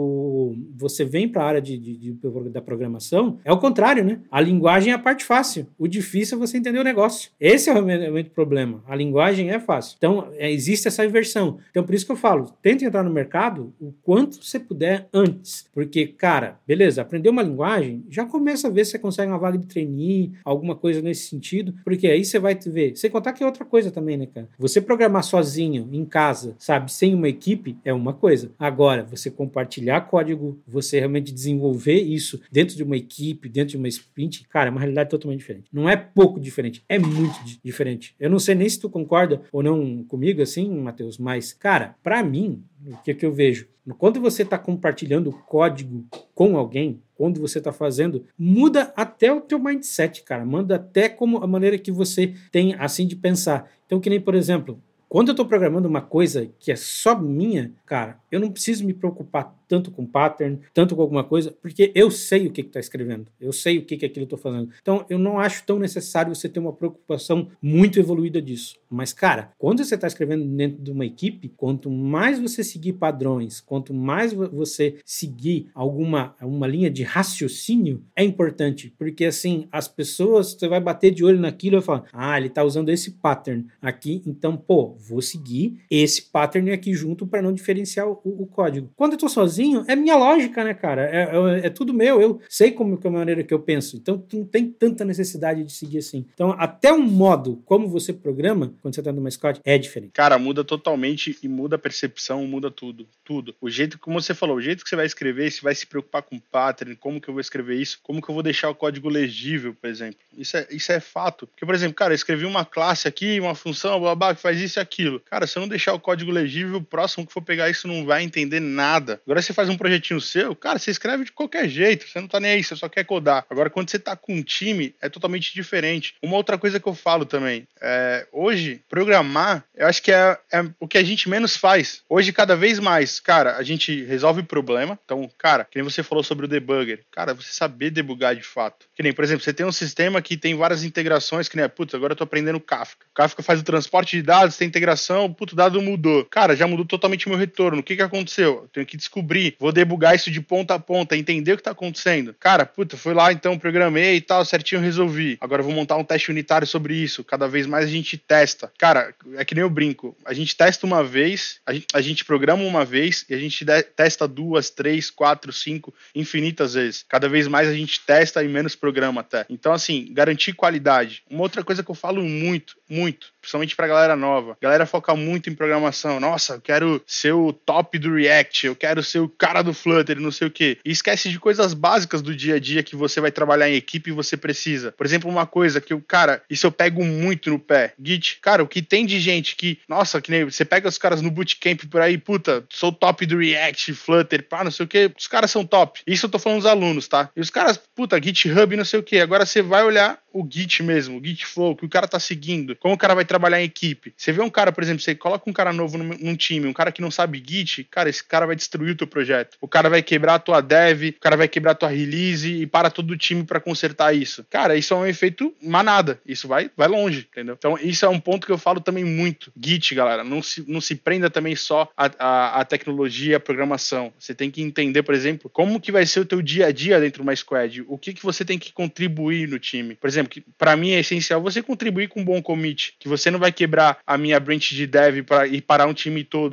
o, você vem para a área de, de, de, da programação, é o contrário, né? A linguagem é a parte fácil. O difícil é você entender o negócio. Esse é realmente o problema. A linguagem é fácil. Então, é, existe essa inversão. Então, por isso que eu falo, tente entrar no mercado o quanto você puder antes. Porque, cara, beleza, aprender uma linguagem, já começa a ver se você consegue uma vaga de trainee, alguma coisa nesse sentido, porque aí você vai ver. Sem contar que é outra coisa também, né, cara? Você programar sozinho, em casa, sabe, sem uma equipe, é uma coisa. Agora, você compartilhar código, você realmente desenvolver isso dentro de uma equipe, dentro de uma sprint, cara, é uma realidade totalmente diferente. Não é pouco diferente, é muito diferente. Eu não sei nem se tu concorda ou não comigo, assim, Matheus, mas, cara, pra mim, o que é que eu vejo? Quando você está compartilhando código com alguém, quando você está fazendo, muda até o teu mindset, cara. Muda até como a maneira que você tem, assim, de pensar. Então, que nem, por exemplo, quando eu estou programando uma coisa que é só minha, cara, eu não preciso me preocupar tanto com pattern, tanto com alguma coisa, porque eu sei o que está escrevendo, eu sei o que, que aquilo eu estou fazendo. Então, eu não acho tão necessário você ter uma preocupação muito evoluída disso. Mas, cara, quando você está escrevendo dentro de uma equipe, quanto mais você seguir padrões, quanto mais você seguir alguma uma linha de raciocínio, é importante, porque, assim, as pessoas, você vai bater de olho naquilo e vai falar, ah, ele está usando esse pattern aqui, então, pô, vou seguir esse pattern aqui junto para não diferenciar o, o código. Quando eu estou sozinho, é minha lógica, né, cara? É, é, é tudo meu, eu sei como que é a maneira que eu penso. Então, não tem tanta necessidade de seguir assim. Então, até o modo como você programa, quando você tá numa squad, é diferente. Cara, muda totalmente e muda a percepção, muda tudo, tudo. O jeito, como você falou, o jeito que você vai escrever, você vai se preocupar com pattern, como que eu vou escrever isso, como que eu vou deixar o código legível, por exemplo. Isso é, isso é fato. Porque, por exemplo, cara, eu escrevi uma classe aqui, uma função, blá, blá, que faz isso e aquilo. Cara, se eu não deixar o código legível, o próximo que for pegar isso não vai entender nada. Agora, você faz um projetinho seu, cara, você escreve de qualquer jeito, você não tá nem aí, você só quer codar. Agora, quando você tá com um time, é totalmente diferente. Uma outra coisa que eu falo também, é, hoje, programar, eu acho que é, é o que a gente menos faz. Hoje, cada vez mais, cara, a gente resolve problema. Então, cara, que nem você falou sobre o debugger, cara, você saber debugar de fato. Que nem, por exemplo, você tem um sistema que tem várias integrações, que nem, putz, agora eu tô aprendendo Kafka. O Kafka faz o transporte de dados, tem integração, puto, o dado mudou. Cara, já mudou totalmente o meu retorno. O que que aconteceu? Eu tenho que descobrir, vou debugar isso de ponta a ponta, entender o que tá acontecendo. Cara, puta, fui lá então, programei e tal, certinho, resolvi. Agora eu vou montar um teste unitário sobre isso. Cada vez mais a gente testa. Cara, é que nem eu brinco. A gente testa uma vez, a gente, a gente programa uma vez e a gente de- testa duas, três, quatro, cinco, infinitas vezes. Cada vez mais a gente testa e menos programa até. Então, assim, garantir qualidade. Uma outra coisa que eu falo muito, muito, principalmente pra galera nova. A galera foca muito em programação. Nossa, eu quero ser o top do React, eu quero ser o cara do Flutter, não sei o quê. E esquece de coisas básicas do dia a dia que você vai trabalhar em equipe e você precisa. Por exemplo, uma coisa que eu, cara, isso eu pego muito no pé. Git, cara, o que tem de gente que, nossa, que nem você pega os caras no bootcamp por aí, puta, sou top do React, Flutter, pá, não sei o quê. Os caras são top. Isso eu tô falando dos alunos, tá? E os caras, puta, GitHub, não sei o quê. Agora você vai olhar o Git mesmo, o Git Flow, que o cara tá seguindo, como o cara vai trabalhar em equipe. Você vê um cara, por exemplo, você coloca um cara novo num, num time, um cara que não sabe Git, cara, esse cara vai destruir o teu projeto. O cara vai quebrar a tua dev, o cara vai quebrar a tua release e para todo o time pra consertar isso. Cara, isso é um efeito manada. Isso vai, vai longe, entendeu? Então, isso é um ponto que eu falo também muito. Git, galera, não se, não se prenda também só a, a, a tecnologia, a programação. Você tem que entender, por exemplo, como que vai ser o teu dia a dia dentro de uma squad. O que que você tem que contribuir no time. Por exemplo, que para mim é essencial você contribuir com um bom commit, que você não vai quebrar a minha branch de dev pra, e parar um time todo, que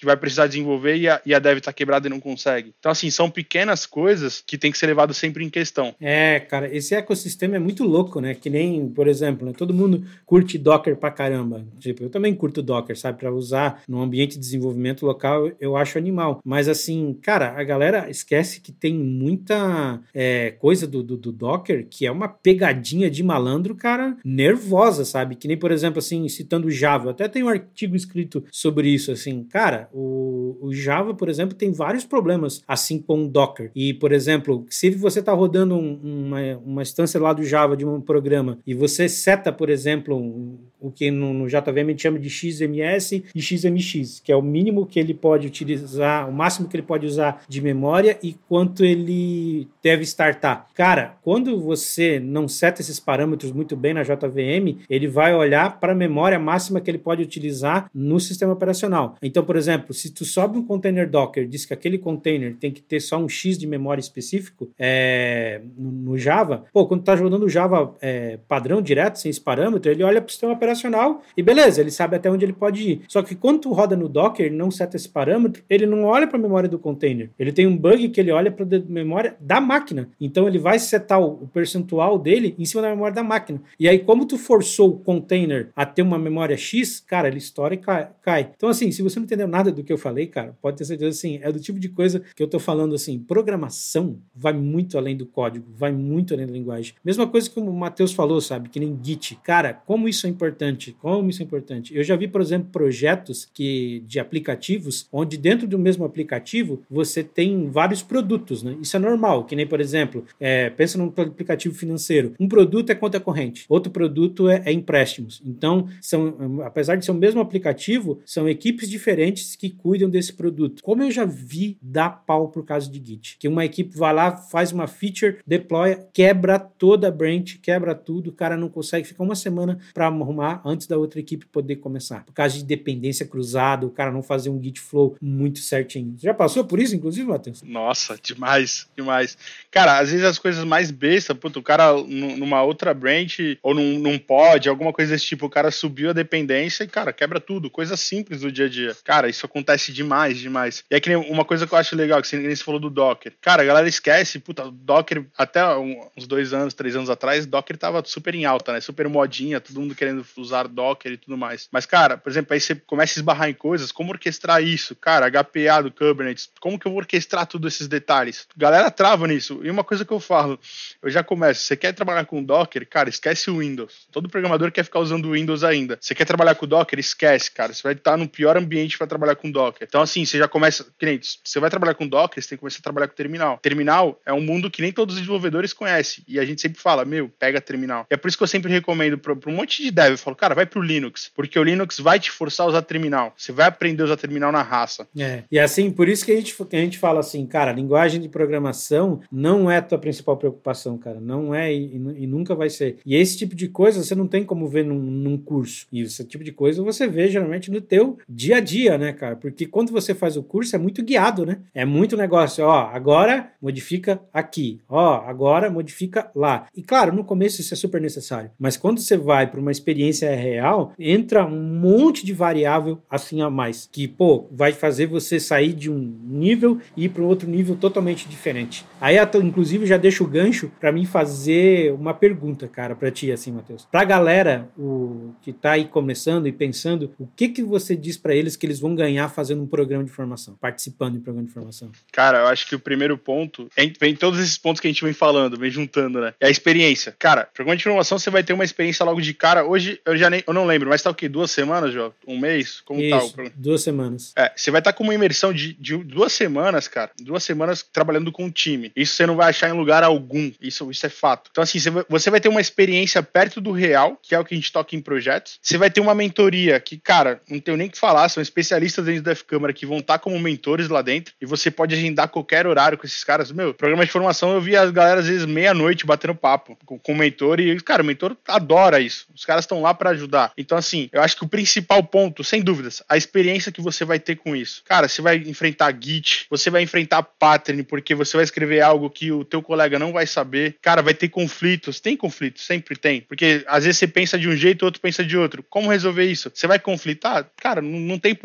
que vai precisar desenvolver e a, e a dev tá quebrada e não consegue. Então, assim, são pequenas coisas que tem que ser levado sempre em questão. É, cara, esse ecossistema é muito louco, né? Que nem, por exemplo, né? Todo mundo curte Docker pra caramba. Tipo, eu também curto Docker, sabe? Pra usar no ambiente de desenvolvimento local, eu acho animal. Mas, assim, cara, a galera esquece que tem muita é, coisa do, do, do Docker que é uma pegadinha de malandro, cara, nervosa, sabe? Que nem, por exemplo, assim, citando o Java. Eu até tem um artigo escrito sobre isso, assim. Cara, o, o Java, por exemplo, tem vários problemas, assim, com o Docker. E, por exemplo, se você está rodando um, uma, uma instância lá do Java de um programa e você seta, por exemplo, um, o que no, no J V M a gente chama de X M S e X M X, que é o mínimo que ele pode utilizar, o máximo que ele pode usar de memória e quanto ele deve startar. Cara, quando você não seta esses parâmetros muito bem na J V M, ele vai olhar para a memória máxima que ele pode utilizar no sistema operacional. Então, por exemplo, se tu sobe um container Docker, diz que aquele container tem que ter só um X de memória específico é, no, no Java, pô, quando tu tá jogando o Java é, padrão direto, sem esse parâmetro, ele olha para o sistema operacional e beleza, ele sabe até onde ele pode ir. Só que quando tu roda no Docker, não seta esse parâmetro, ele não olha para a memória do container. Ele tem um bug que ele olha para a memória da máquina. Então, ele vai setar o, o percentual dele em cima da memória da máquina. E aí, como tu forçou o container a ter uma memória X, cara, ele estoura e cai, cai. Então, assim, se você não entendeu nada do que eu falei, cara, pode ter certeza, assim, é do tipo de coisa que eu tô falando, assim, programação vai muito além do código, vai muito além da linguagem. Mesma coisa que o Matheus falou, sabe, que nem Git. Cara, como isso é importante, como isso é importante. Eu já vi, por exemplo, projetos que, de aplicativos, onde dentro do mesmo aplicativo, você tem vários produtos, né? Isso é normal, que nem, por exemplo, é, pensa num aplicativo financeiro. Um produto é conta corrente, outro produto é, é empréstimos. Então, são, apesar de ser o mesmo aplicativo, são equipes diferentes que cuidam desse produto. Como eu já vi dar pau por causa de Git, que uma equipe vai lá, faz uma feature, deploya, quebra toda a branch, quebra tudo, o cara não consegue, fica uma semana para arrumar antes da outra equipe poder começar. Por causa de dependência cruzada, o cara não fazer um Git flow muito certinho. Você já passou por isso, inclusive, Matheus? Nossa, demais, demais. Cara, às vezes as coisas mais bestas, puto, o cara numa outra branch ou num, num pod, alguma coisa desse tipo, o cara subiu a dependência e, cara, quebra tudo. Coisa simples do dia a dia. Cara, isso acontece demais, demais. E é que nem uma coisa que eu acho legal, que você, você falou do Docker. Cara, a galera esquece, puta, Docker, até uns dois anos, três anos atrás, Docker tava super em alta, né? Super modinha, todo mundo querendo usar Docker e tudo mais. Mas, cara, por exemplo, aí você começa a esbarrar em coisas, como orquestrar isso? Cara, H P A do Kubernetes, como que eu vou orquestrar todos esses detalhes? Galera trava nisso. E uma coisa que eu falo, eu já começo, você quer trabalhar com Docker? Cara, esquece o Windows. Todo programador quer ficar usando o Windows ainda. Você quer trabalhar com Docker? Esquece, cara. Você vai estar no pior ambiente para trabalhar com Docker. Então, assim, você já começa... Clientes, você vai trabalhar com Docker, você tem que começar a trabalhar com terminal. Terminal é um mundo que nem todos os desenvolvedores conhecem. E a gente sempre fala, meu, pega terminal. E é por isso que eu sempre recomendo para um monte de dev, eu falo, cara, vai pro Linux. Porque o Linux vai te forçar a usar terminal. Você vai aprender a usar terminal na raça. É, e assim, por isso que a gente, que a gente fala assim, cara, a linguagem de programação não é a tua principal preocupação, cara. Não é e, e nunca vai ser. E esse tipo de coisa você não tem como ver num, num curso. E esse tipo de coisa você vê geralmente no teu dia a dia, né, cara? Porque quando você faz o curso é muito guiado, né? É muito negócio, ó, agora modifica aqui, ó, agora modifica lá. E claro, no começo isso é super necessário. Mas quando você vai para uma experiência real, entra um monte de variável assim a mais. Que, pô, vai fazer você sair de um nível e ir para outro nível totalmente diferente. Aí, inclusive, já deixo o gancho para mim fazer uma pergunta, cara, para ti, assim, Matheus. Pra galera o, que tá aí começando e pensando, o que que você diz para eles que eles vão ganhar fazendo um programa de formação, participando de um programa de formação? Cara, eu acho que o primeiro ponto, vem todos esses pontos que a gente vem falando, vem juntando, né? É a experiência. Cara, programa de formação você vai ter uma experiência logo de cara. Hoje, eu já nem, eu não lembro, mas tá o quê? Duas semanas, João? Um mês? Como Isso, tá o programa? Duas semanas. É, você vai estar com uma imersão de, de duas semanas, cara. Duas semanas trabalhando com o time. Isso você não vai achar em lugar algum. Isso, isso é fato. Então, assim, você vai ter uma experiência perto do real, que é o que a gente toca em projetos. Você vai ter uma mentoria que, cara, não tenho nem o que falar, são especialistas dentro da F-Câmara que vão estar como mentores lá dentro e você pode agendar qualquer horário com esses caras. Meu, programa de formação eu vi as galera às vezes meia-noite batendo papo com, com o mentor e, cara, o mentor adora isso. Os caras estão lá para ajudar. Então, assim, eu acho que o principal ponto, sem dúvidas, a experiência que você vai ter com isso. Cara, você vai enfrentar Git, você vai enfrentar pattern, porque você vai escrever algo que o teu colega não vai saber. Cara, vai ter conflitos. Tem conflitos, sempre tem. Porque às vezes você pensa de um jeito, o outro pensa de outro. Como resolver isso? Você vai conflitar? Cara, não, não tem porquê.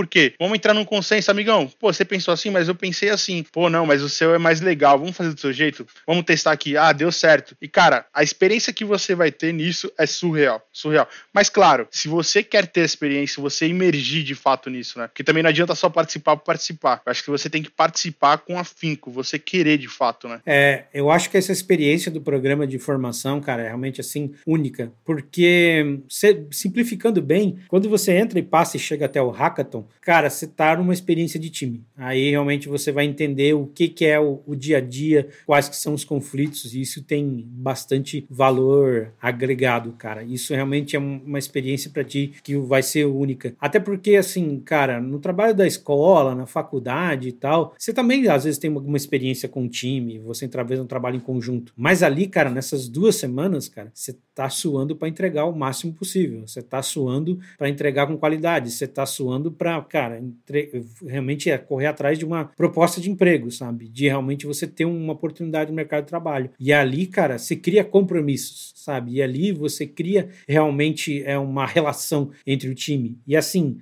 vamos entrar num consenso, amigão. Pô, você pensou assim, mas eu pensei assim. Pô, não, mas o seu é mais legal. Vamos fazer do seu jeito? Vamos testar aqui. Ah, deu certo. E, cara, a experiência que você vai ter nisso é surreal. Surreal. Mas, claro, se você quer ter experiência, você imergir de fato nisso, né? Porque também não adianta só participar por participar. Eu acho que você tem que participar com afinco, você querer de fato, né? É, eu acho que essa experiência do programa de formação, cara, é realmente, assim, única. Porque, se, simplificando bem, quando você entra e passa e chega até o Hackathon, cara, você tá numa experiência de time. Aí, realmente, você vai entender o que, que é o, o dia a dia, quais que são os conflitos, e isso tem bastante valor agregado, cara. Isso realmente é um, uma experiência para ti que vai ser única. Até porque, assim, cara, no trabalho da escola, na faculdade e tal, você também, às vezes, tem alguma experiência com o time, você, talvez, um trabalho em conjunto. Mas ali, cara, nessas duas semanas, cara, você tá suando para entregar o máximo possível. Você tá suando para entregar com qualidade. Você tá suando para, cara, entre... realmente é correr atrás de uma proposta de emprego, sabe? De realmente você ter uma oportunidade no mercado de trabalho. E ali, cara, você cria compromissos, sabe? E ali você cria realmente é, uma relação entre o time. E assim,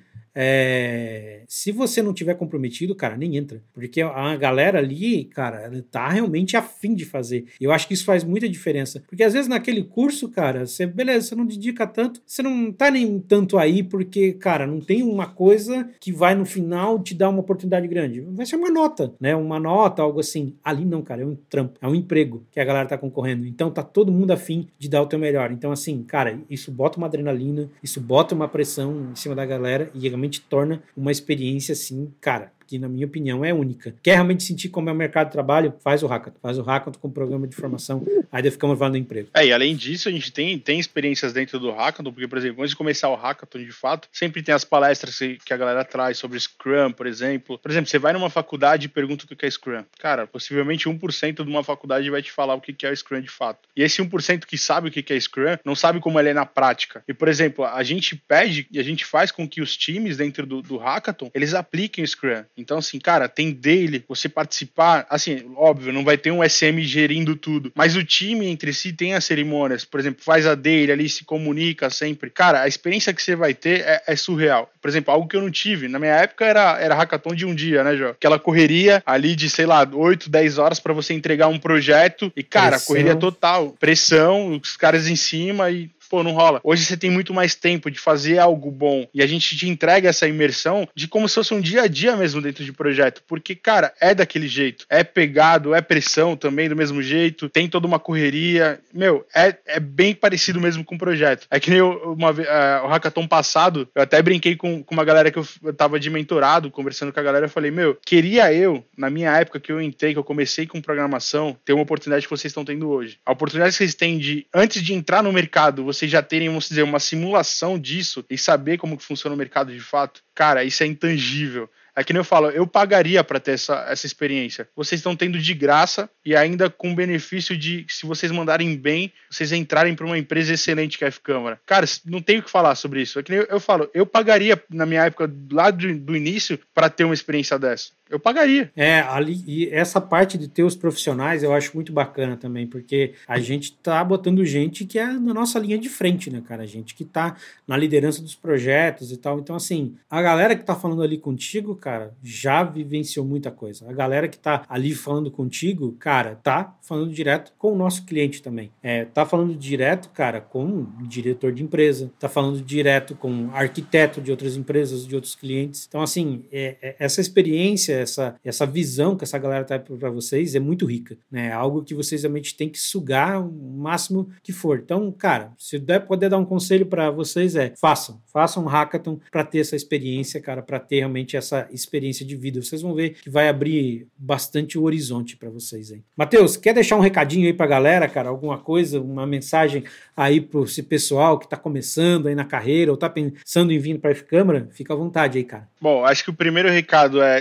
É, se você não tiver comprometido, cara, nem entra. Porque a galera ali, cara, ela tá realmente afim de fazer. E eu acho que isso faz muita diferença. Porque às vezes naquele curso, cara, você, beleza, você não dedica tanto, você não tá nem tanto aí porque, cara, não tem uma coisa que vai no final te dar uma oportunidade grande. Vai ser uma nota, né? Uma nota, algo assim. Ali não, cara, é um trampo, é um emprego que a galera tá concorrendo. Então tá todo mundo afim de dar o teu melhor. Então assim, cara, isso bota uma adrenalina, isso bota uma pressão em cima da galera e realmente torna uma experiência assim, cara, que na minha opinião é única. Quer realmente sentir como é o mercado de trabalho? Faz o Hackathon. Faz o Hackathon com o programa de formação, aí daí ficamos falando do emprego. É, e além disso, a gente tem, tem experiências dentro do Hackathon, porque, por exemplo, antes de começar o Hackathon, de fato, sempre tem as palestras que a galera traz sobre Scrum, por exemplo. Por exemplo, você vai numa faculdade e pergunta o que é Scrum. Cara, possivelmente um por cento de uma faculdade vai te falar o que é o Scrum de fato. E esse um por cento que sabe o que é Scrum, não sabe como ele é na prática. E, por exemplo, a gente pede e a gente faz com que os times dentro do, do Hackathon, eles apliquem o Scrum. Então, assim, cara, tem daily, você participar, assim, óbvio, não vai ter um S M gerindo tudo, mas o time entre si tem as cerimônias, por exemplo, faz a daily ali, se comunica sempre. Cara, a experiência que você vai ter é, é surreal. Por exemplo, algo que eu não tive, na minha época era, era hackathon de um dia, né, Jó? Aquela correria ali de, sei lá, oito, dez horas pra você entregar um projeto e, cara, pressão. Correria total, pressão, os caras em cima e pô, não rola. Hoje você tem muito mais tempo de fazer algo bom e a gente te entrega essa imersão de como se fosse um dia a dia mesmo dentro de projeto, porque, cara, é daquele jeito, é pegado, é pressão também do mesmo jeito, tem toda uma correria, meu, é, é bem parecido mesmo com o projeto. É que nem eu, uma, uh, o hackathon passado, eu até brinquei com, com uma galera que eu, eu tava de mentorado, conversando com a galera, eu falei, meu, queria eu, na minha época que eu entrei, que eu comecei com programação, ter uma oportunidade que vocês estão tendo hoje. A oportunidade que vocês têm de, antes de entrar no mercado, vocês já terem, vamos dizer, uma simulação disso e saber como que funciona o mercado de fato, cara, isso é intangível. É que nem eu falo, eu pagaria para ter essa, essa experiência. Vocês estão tendo de graça e ainda com benefício de, se vocês mandarem bem, vocês entrarem para uma empresa excelente que é a F-Câmara. Cara, não tenho o que falar sobre isso. É que nem eu, eu falo, eu pagaria, na minha época, lá do, do início, para ter uma experiência dessa. Eu pagaria. É, ali, e essa parte de ter os profissionais eu acho muito bacana também, porque a gente tá botando gente que é na nossa linha de frente, né, cara? Gente que tá na liderança dos projetos e tal. Então, assim, a galera que tá falando ali contigo, cara, já vivenciou muita coisa. A galera que tá ali falando contigo, cara, tá falando direto com o nosso cliente também. É, tá falando direto, cara, com o diretor de empresa, tá falando direto com arquiteto de outras empresas, de outros clientes. Então, assim, é, é, essa experiência, essa, essa visão que essa galera tá para vocês é muito rica, né? É algo que vocês realmente têm que sugar o máximo que for. Então, cara, se eu puder dar um conselho para vocês é, façam, façam um hackathon para ter essa experiência, cara, para ter realmente essa experiência de vida. Vocês vão ver que vai abrir bastante o horizonte para vocês aí. Matheus, quer deixar um recadinho aí pra galera, cara? Alguma coisa, uma mensagem aí pro esse pessoal que tá começando aí na carreira ou tá pensando em vir pra F-Câmara? Fica à vontade aí, cara. Bom, acho que o primeiro recado é, meu, se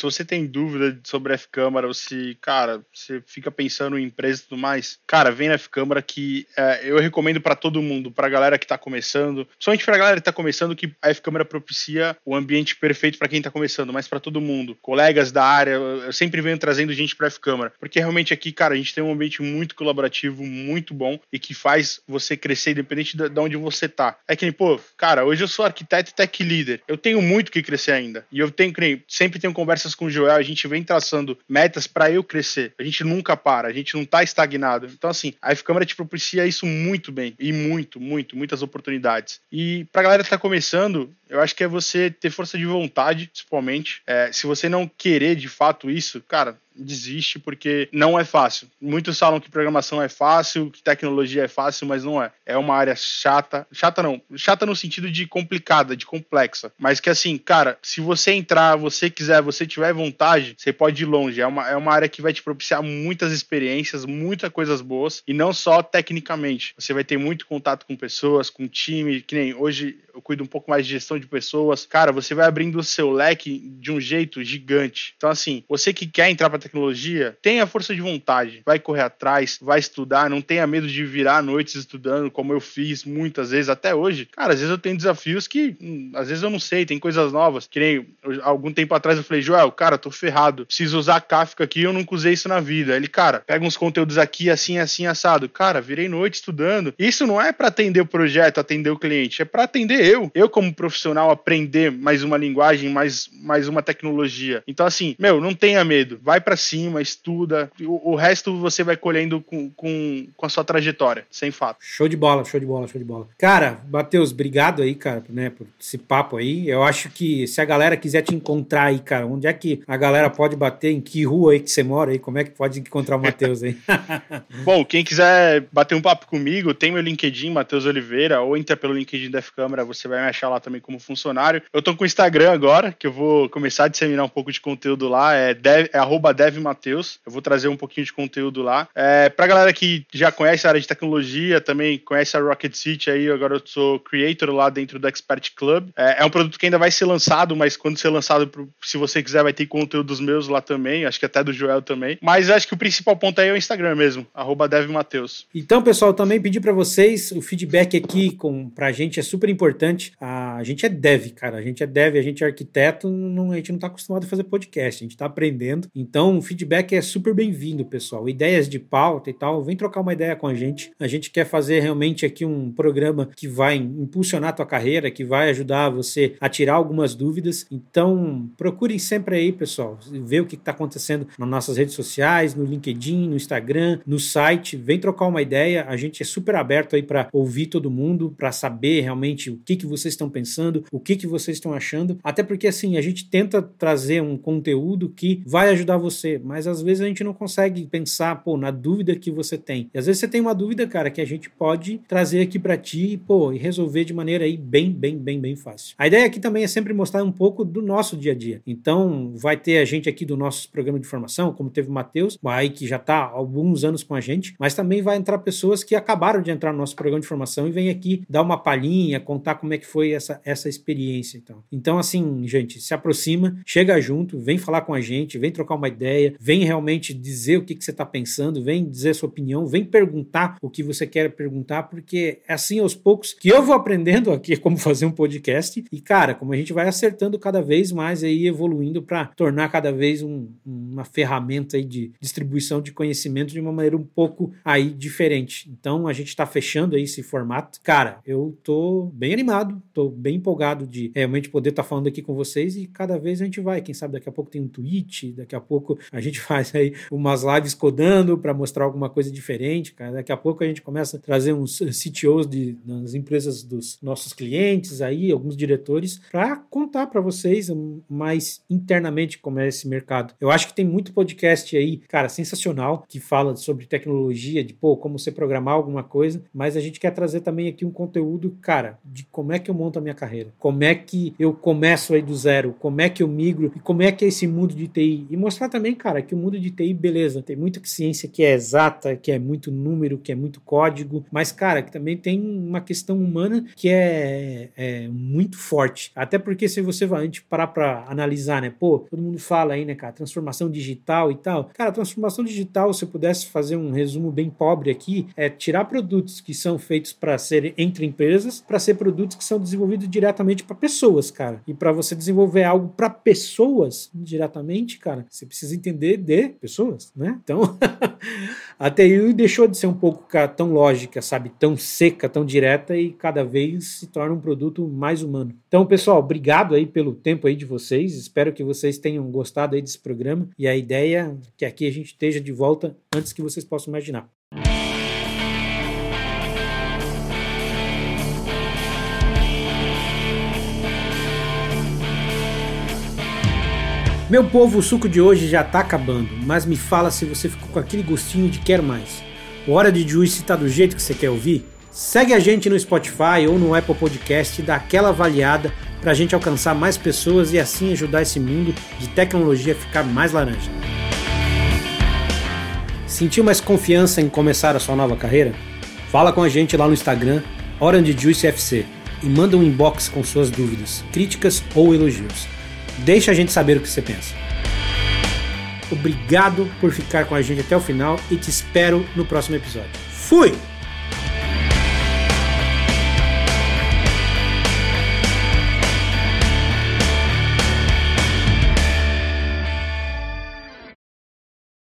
você tem dúvida sobre a F-Câmara, ou se, cara, você fica pensando em empresa e tudo mais, cara, vem na F-Câmara que é, eu recomendo pra todo mundo, pra galera que tá começando, principalmente pra galera que tá começando, que a F-Câmara propicia o ambiente perfeito pra quem tá começando, mas pra todo mundo, colegas da área, eu sempre venho trazendo gente pra F-Câmara, porque realmente aqui, cara, a gente tem um ambiente muito colaborativo, muito bom, e que faz você crescer independente de onde você tá. É que nem, pô, cara, hoje eu sou arquiteto e tech leader, eu tenho muito que crescer ainda, e eu tenho, sempre tenho conversas com o Joel, a gente vem traçando metas pra eu crescer, a gente nunca para, a gente não tá estagnado, então assim, a F-Câmara te propicia isso muito bem, e muito, muito, muitas oportunidades. E pra galera que tá começando, eu acho que é você ter força de vontade, principalmente. É, se você não querer de fato isso, cara, desiste, porque não é fácil. Muitos falam que programação é fácil, que tecnologia é fácil, mas não é. É uma área chata. Chata não. Chata no sentido de complicada, de complexa. Mas que assim, cara, se você entrar, você quiser, você tiver vontade, você pode ir longe. É uma, é uma área que vai te propiciar muitas experiências, muitas coisas boas, e não só tecnicamente. Você vai ter muito contato com pessoas, com time, que nem hoje eu cuido um pouco mais de gestão de pessoas. Cara, você vai abrindo o seu leque de um jeito gigante. Então assim, você que quer entrar pra tecnologia, tenha força de vontade, vai correr atrás, vai estudar, não tenha medo de virar noites estudando, como eu fiz muitas vezes, até hoje. Cara, às vezes eu tenho desafios que, hum, às vezes eu não sei, tem coisas novas, que nem, eu, algum tempo atrás eu falei, Joel, cara, tô ferrado, preciso usar Kafka aqui, eu nunca usei isso na vida. Ele, cara, pega uns conteúdos aqui, assim, assim, assado. Cara, virei noite estudando. Isso não é pra atender o projeto, atender o cliente, é pra atender eu. Eu, como profissional, aprender mais uma linguagem, mais, mais uma tecnologia. Então, assim, meu, não tenha medo, vai pra cima, estuda, o, o resto você vai colhendo com, com, com a sua trajetória, sem fato. Show de bola, show de bola, show de bola. Cara, Matheus, obrigado aí, cara, né, por esse papo aí. Eu acho que se a galera quiser te encontrar aí, cara, onde é que a galera pode bater, em que rua aí que você mora aí, como é que pode encontrar o Matheus aí? Bom, quem quiser bater um papo comigo, tem meu LinkedIn, Matheus Oliveira, ou entra pelo LinkedIn da F-Câmara, você vai me achar lá também como funcionário. Eu tô com o Instagram agora, que eu vou começar a disseminar um pouco de conteúdo lá, é, dev, é arroba devmatheus. Eu vou trazer um pouquinho de conteúdo lá. É, pra galera que já conhece a área de tecnologia, também conhece a Rocket City aí, agora eu sou creator lá dentro do Expert Club. É, é um produto que ainda vai ser lançado, mas quando ser lançado, se você quiser, vai ter conteúdos meus lá também, acho que até do Joel também. Mas acho que o principal ponto aí é o Instagram mesmo, arroba devmatheus. Então, pessoal, também pedi pra vocês, o feedback aqui com, pra gente é super importante. A gente é dev, cara, a gente é dev, a gente é arquiteto, não, a gente não tá acostumado a fazer podcast, a gente tá aprendendo. Então, o feedback é super bem-vindo, pessoal. Ideias de pauta e tal, vem trocar uma ideia com a gente. A gente quer fazer realmente aqui um programa que vai impulsionar a tua carreira, que vai ajudar você a tirar algumas dúvidas. Então, procurem sempre aí, pessoal, ver o que está acontecendo nas nossas redes sociais, no LinkedIn, no Instagram, no site. Vem trocar uma ideia. A gente é super aberto aí para ouvir todo mundo, para saber realmente o que, que vocês estão pensando, o que, que vocês estão achando. Até porque, assim, a gente tenta trazer um conteúdo que vai ajudar você, mas às vezes a gente não consegue pensar, pô, na dúvida que você tem. E às vezes você tem uma dúvida, cara, que a gente pode trazer aqui pra ti, pô, e resolver de maneira aí bem, bem, bem, bem fácil. A ideia aqui também é sempre mostrar um pouco do nosso dia a dia. Então, vai ter a gente aqui do nosso programa de formação, como teve o Matheus, aí que já tá há alguns anos com a gente, mas também vai entrar pessoas que acabaram de entrar no nosso programa de formação e vem aqui dar uma palhinha, contar como é que foi essa, essa experiência. Então. então, assim, gente, se aproxima, chega junto, vem falar com a gente, vem trocar uma ideia, vem realmente dizer o que, que você está pensando, vem dizer a sua opinião, vem perguntar o que você quer perguntar, porque é assim aos poucos que eu vou aprendendo aqui como fazer um podcast e, cara, como a gente vai acertando cada vez mais aí, evoluindo para tornar cada vez um, uma ferramenta aí de distribuição de conhecimento de uma maneira um pouco aí diferente. Então, a gente está fechando aí esse formato. Cara, eu tô bem animado, tô bem empolgado de realmente poder estar tá falando aqui com vocês e cada vez a gente vai, quem sabe daqui a pouco tem um tweet, daqui a pouco a gente faz aí umas lives codando para mostrar alguma coisa diferente, cara. Daqui a pouco a gente começa a trazer uns C T Os de, das empresas dos nossos clientes aí, alguns diretores, para contar para vocês mais internamente como é esse mercado. Eu acho que tem muito podcast aí, cara, sensacional, que fala sobre tecnologia, de, pô, como você programar alguma coisa, mas a gente quer trazer também aqui um conteúdo, cara, de como é que eu monto a minha minha carreira? Como é que eu começo aí do zero? Como é que eu migro? E como é que é esse mundo de T I? E mostrar também, cara, que o mundo de T I, beleza, tem muita ciência que é exata, que é muito número, que é muito código, mas, cara, que também tem uma questão humana que é, é muito forte. Até porque se você vai, a gente parar pra analisar, né? Pô, todo mundo fala aí, né, cara, transformação digital e tal. Cara, transformação digital, se eu pudesse fazer um resumo bem pobre aqui, é tirar produtos que são feitos para serem entre empresas, para ser produtos que são desenvolvidos diretamente para pessoas, cara. E para você desenvolver algo para pessoas diretamente, cara, você precisa entender de pessoas, né? Então, a T I deixou de ser um pouco, cara, tão lógica, sabe? Tão seca, tão direta e cada vez se torna um produto mais humano. Então, pessoal, obrigado aí pelo tempo aí de vocês. Espero que vocês tenham gostado aí desse programa. E a ideia é que aqui a gente esteja de volta antes que vocês possam imaginar. Meu povo, o suco de hoje já tá acabando, mas me fala se você ficou com aquele gostinho de quero mais. O Hora de Juice tá do jeito que você quer ouvir? Segue a gente no Spotify ou no Apple Podcast e dá aquela avaliada pra gente alcançar mais pessoas e assim ajudar esse mundo de tecnologia a ficar mais laranja. Sentiu mais confiança em começar a sua nova carreira? Fala com a gente lá no Instagram, Hora de Juice F C, e manda um inbox com suas dúvidas, críticas ou elogios. Deixa a gente saber o que você pensa. Obrigado por ficar com a gente até o final e te espero no próximo episódio. Fui!